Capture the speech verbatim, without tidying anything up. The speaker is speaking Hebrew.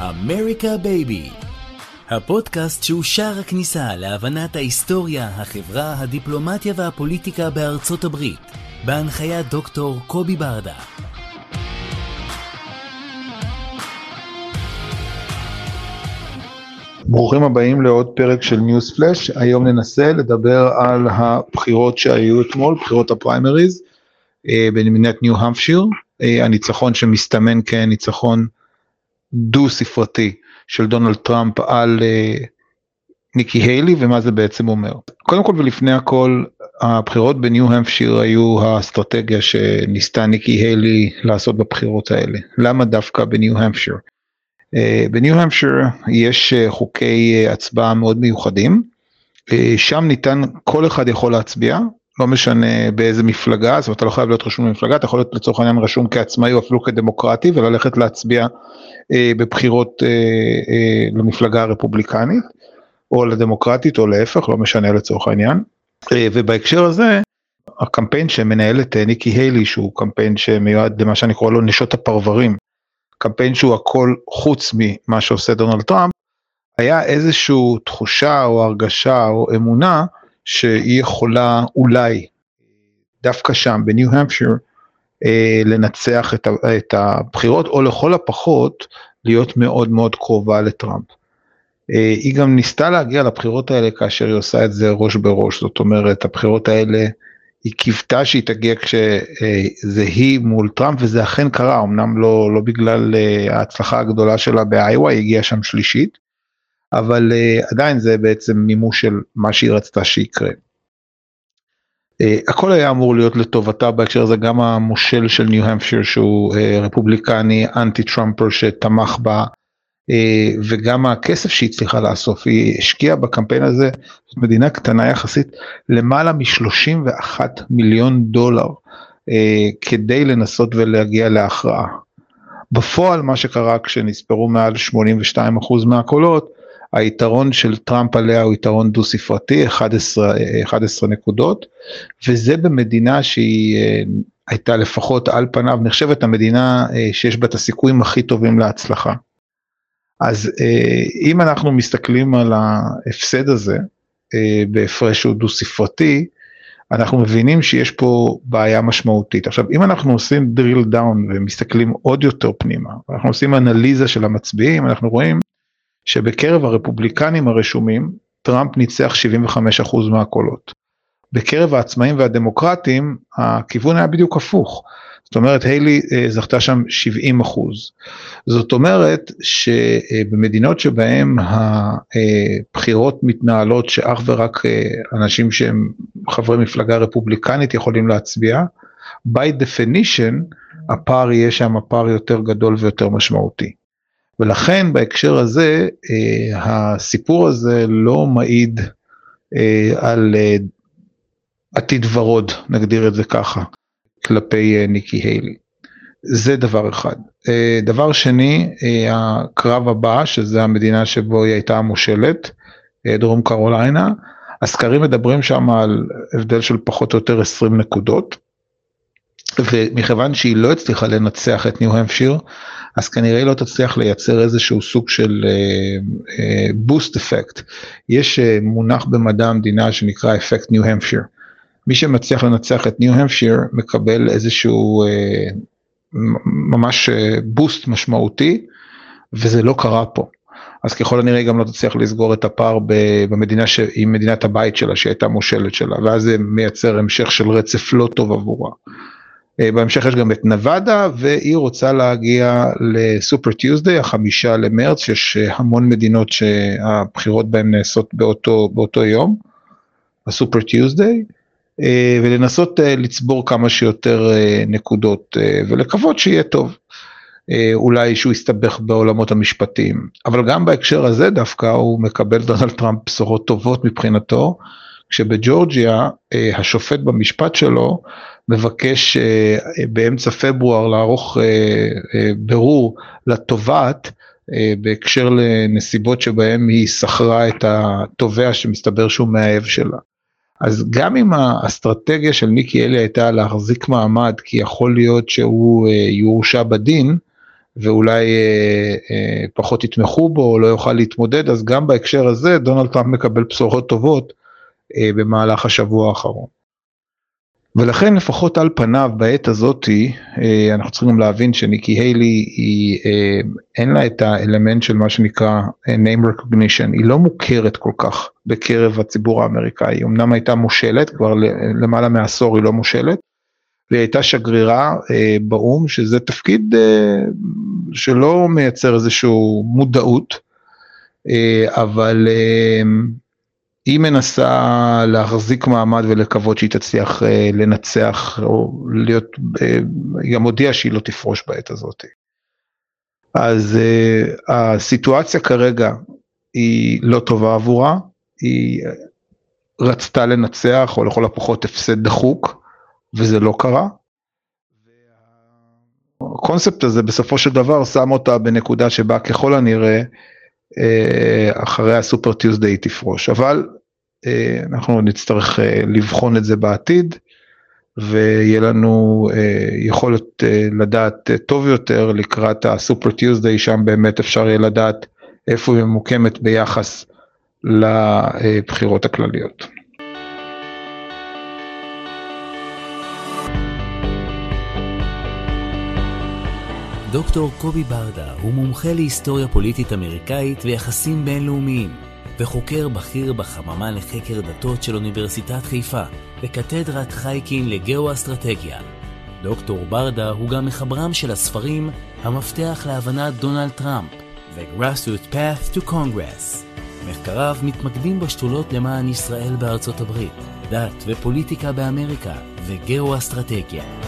אמריקה בייבי, הפודקאסט שהוא שער הכניסה להבנת ההיסטוריה, החברה, הדיפלומטיה והפוליטיקה בארצות הברית, בהנחיית דוקטור קובי ברדה. ברוכים הבאים לעוד פרק של ניוז פלאש. היום ננסה לדבר על הבחירות שהיו אתמול, בחירות הפריימריז במדינת ניו המפשיר, הניצחון שמסתמן כניצחון דו ספרתי של דונלד טראמפ על ניקי היילי, ומה זה בעצם אומר. קודם כל ולפני הכל, הבחירות בניו המפשיר היו האסטרטגיה שניסתה ניקי היילי לעשות בבחירות האלה. למה דווקא בניו המפשיר? בניו המפשיר יש חוקי הצבעה מאוד מיוחדים, שם ניתן, כל אחד יכול להצביע, לא משנה באיזה מפלגה, זאת אומרת, אתה לא חייב להיות רשום במפלגה, אתה יכול להיות לצורך העניין רשום כעצמאי או אפילו כדמוקרטי, וללכת להצביע בבחירות למפלגה הרפובליקנית, או לדמוקרטית או להפך, לא משנה לצורך העניין. ובהקשר הזה, הקמפיין שמנהלת ניקי היילי, שהוא קמפיין שמיועד למה שאני קורא לו נשות הפרברים, קמפיין שהוא הכל חוץ ממה שעושה דונלד טראמפ, היה איזושהי תחושה או הרגשה או אמונה שהיא יכולה אולי דווקא שם בניו המפשיר לנצח את, את הבחירות, או לכל הפחות להיות מאוד מאוד קרובה לטראמפ. היא גם ניסתה להגיע לבחירות האלה כאשר היא עושה את זה ראש בראש, זאת אומרת הבחירות האלה היא קיוותה שהיא תגיע כשזה היא מול טראמפ, וזה אכן קרה, אמנם לא, לא בגלל ההצלחה הגדולה שלה באיווה, היא הגיעה שם שלישית, אבל עדיין זה בעצם מימוש של מה שהיא רצתה שיקרה. הכל היה אמור להיות לטובתה בהקשר הזה, גם המושל של ניו המפשיר שהוא רפובליקני, אנטי טראמפר שתמך בה, וגם הכסף שהיא צריכה לאסוף, היא השקיעה בקמפיין הזה, זאת מדינה קטנה יחסית, למעלה מ-שלושים ואחד מיליון דולר, כדי לנסות ולהגיע להכרעה. בפועל מה שקרה כשנספרו מעל שמונים ושתיים אחוז מהקולות, היתרון של טראמפ עליה הוא יתרון דו ספרתי, אחת עשרה נקודות, וזה במדינה שהיא הייתה לפחות על פניו, נחשבת המדינה שיש בה את הסיכויים הכי טובים להצלחה. אז אם אנחנו מסתכלים על ההפסד הזה, בהפרש שהוא דו ספרתי, אנחנו מבינים שיש פה בעיה משמעותית. עכשיו, אם אנחנו עושים drill down ומסתכלים עוד יותר פנימה, אנחנו עושים אנליזה של המצביעים, אנחנו רואים שבקרב הרפובליקנים הרשומים, טראמפ ניצח שבעים וחמישה אחוז מהקולות. בקרב העצמאים והדמוקרטים, הכיוון היה בדיוק הפוך. זאת אומרת, היילי זכתה שם שבעים אחוז. זאת אומרת שבמדינות שבהם הבחירות מתנהלות שאך ורק אנשים שהם חברי מפלגה רפובליקנית יכולים להצביע, by definition הפער יהיה שם הפער יותר גדול ויותר משמעותי. ולכן בהקשר הזה, הסיפור הזה לא מעיד על עתיד ורוד, נגדיר את זה ככה. כלפי ניקי היילי. זה דבר אחד. דבר שני, הקרב הבא, שזה המדינה שבו היא הייתה מושלת, דרום קרוליינה, הסקרים מדברים שם על הבדל של פחות או יותר עשרים נקודות, ומכיוון שהיא לא הצליחה לנצח את ניו המפשיר, אז כנראה היא לא תצליח לייצר איזשהו סוג של בוסט אפקט. יש מונח במדע המדינה שנקרא אפקט ניו המפשיר. מי שמצליח לנצח את ניו המפשיר מקבל איזשהו אה, ממש בוסט משמעותי, וזה לא קרה פה. אז ככל הנראה גם לא תצליח לסגור את הפער במדינה ש... עם מדינת הבית שלה, שהייתה מושלת שלה, ואז זה מייצר המשך של רצף לא טוב עבורה. אה, בהמשך יש גם את נבדה, והיא רוצה להגיע לסופר טיוזדיי, החמישה למרץ, יש המון מדינות שהבחירות בהן נעשות באותו, באותו יום, הסופר טיוזדיי, ולנסות לצבור כמה שיותר נקודות, ולקוות שיהיה טוב, אולי שהוא יסתבך בעולמות המשפטיים, אבל גם בהקשר הזה דווקא הוא מקבל דונלד טראמפ בשורות טובות מבחינתו, כשבג'ורג'יה השופט במשפט שלו מבקש באמצע פברואר לערוך ברור לתובעת, בהקשר לנסיבות שבהם היא שכרה את התובע שמסתבר שהוא מאהב שלה. אז גם אם האסטרטגיה של ניקי היילי הייתה להחזיק מעמד, כי יכול להיות שהוא יורשע בדין, ואולי אה, אה, פחות יתמכו בו, או לא יוכל להתמודד, אז גם בהקשר הזה, דונלד טראמפ מקבל בשורות טובות אה, במהלך השבוע האחרון. ולכן לפחות על פניו בעת הזאת, אה, אנחנו צריכים להבין שניקי היילי, היא, אה, אין לה את האלמנט של מה שנקרא name recognition, היא לא מוכרת כל כך בקרב הציבור האמריקאי, היא אמנם הייתה מושלת, כבר למעלה מעשור היא לא מושלת, והיא הייתה שגרירה אה, באום, שזה תפקיד אה, שלא מייצר איזשהו מודעות, אה, אבל אה, היא מנסה להחזיק מעמד ולקוות שהיא תצליח אה, לנצח, או להיות, אה, היא גם הודיעה שהיא לא תפרוש בעת הזאת. אז אה, הסיטואציה כרגע היא לא טובה עבורה, היא רצתה לנצח, או לכל הפחות הפסד דחוק, וזה לא קרה. הקונספט הזה בסופו של דבר שם אותה בנקודה שבה ככל הנראה אחרי הסופר טיוזדיי תפרוש, אבל אנחנו נצטרך לבחון את זה בעתיד, ויהיה לנו יכולת לדעת טוב יותר לקראת הסופר טיוזדיי, שם באמת אפשר יהיה לדעת איפה היא ממוקמת ביחס לבחירות הכלליות. דוקטור קובי ברדה הוא מומחה להיסטוריה פוליטית אמריקאית ויחסים בינלאומיים, וחוקר בכיר בחממה לחקר דתות של אוניברסיטת חיפה, וקתדרת חייקין לגאו-אסטרטגיה. דוקטור ברדה הוא גם מחברם של הספרים המפתח להבנת דונלד טראמפ ו-Grassroots Path to Congress. מחקריו מתמקדים בשתולות למען ישראל בארצות הברית, דת ופוליטיקה באמריקה וגאו-אסטרטגיה.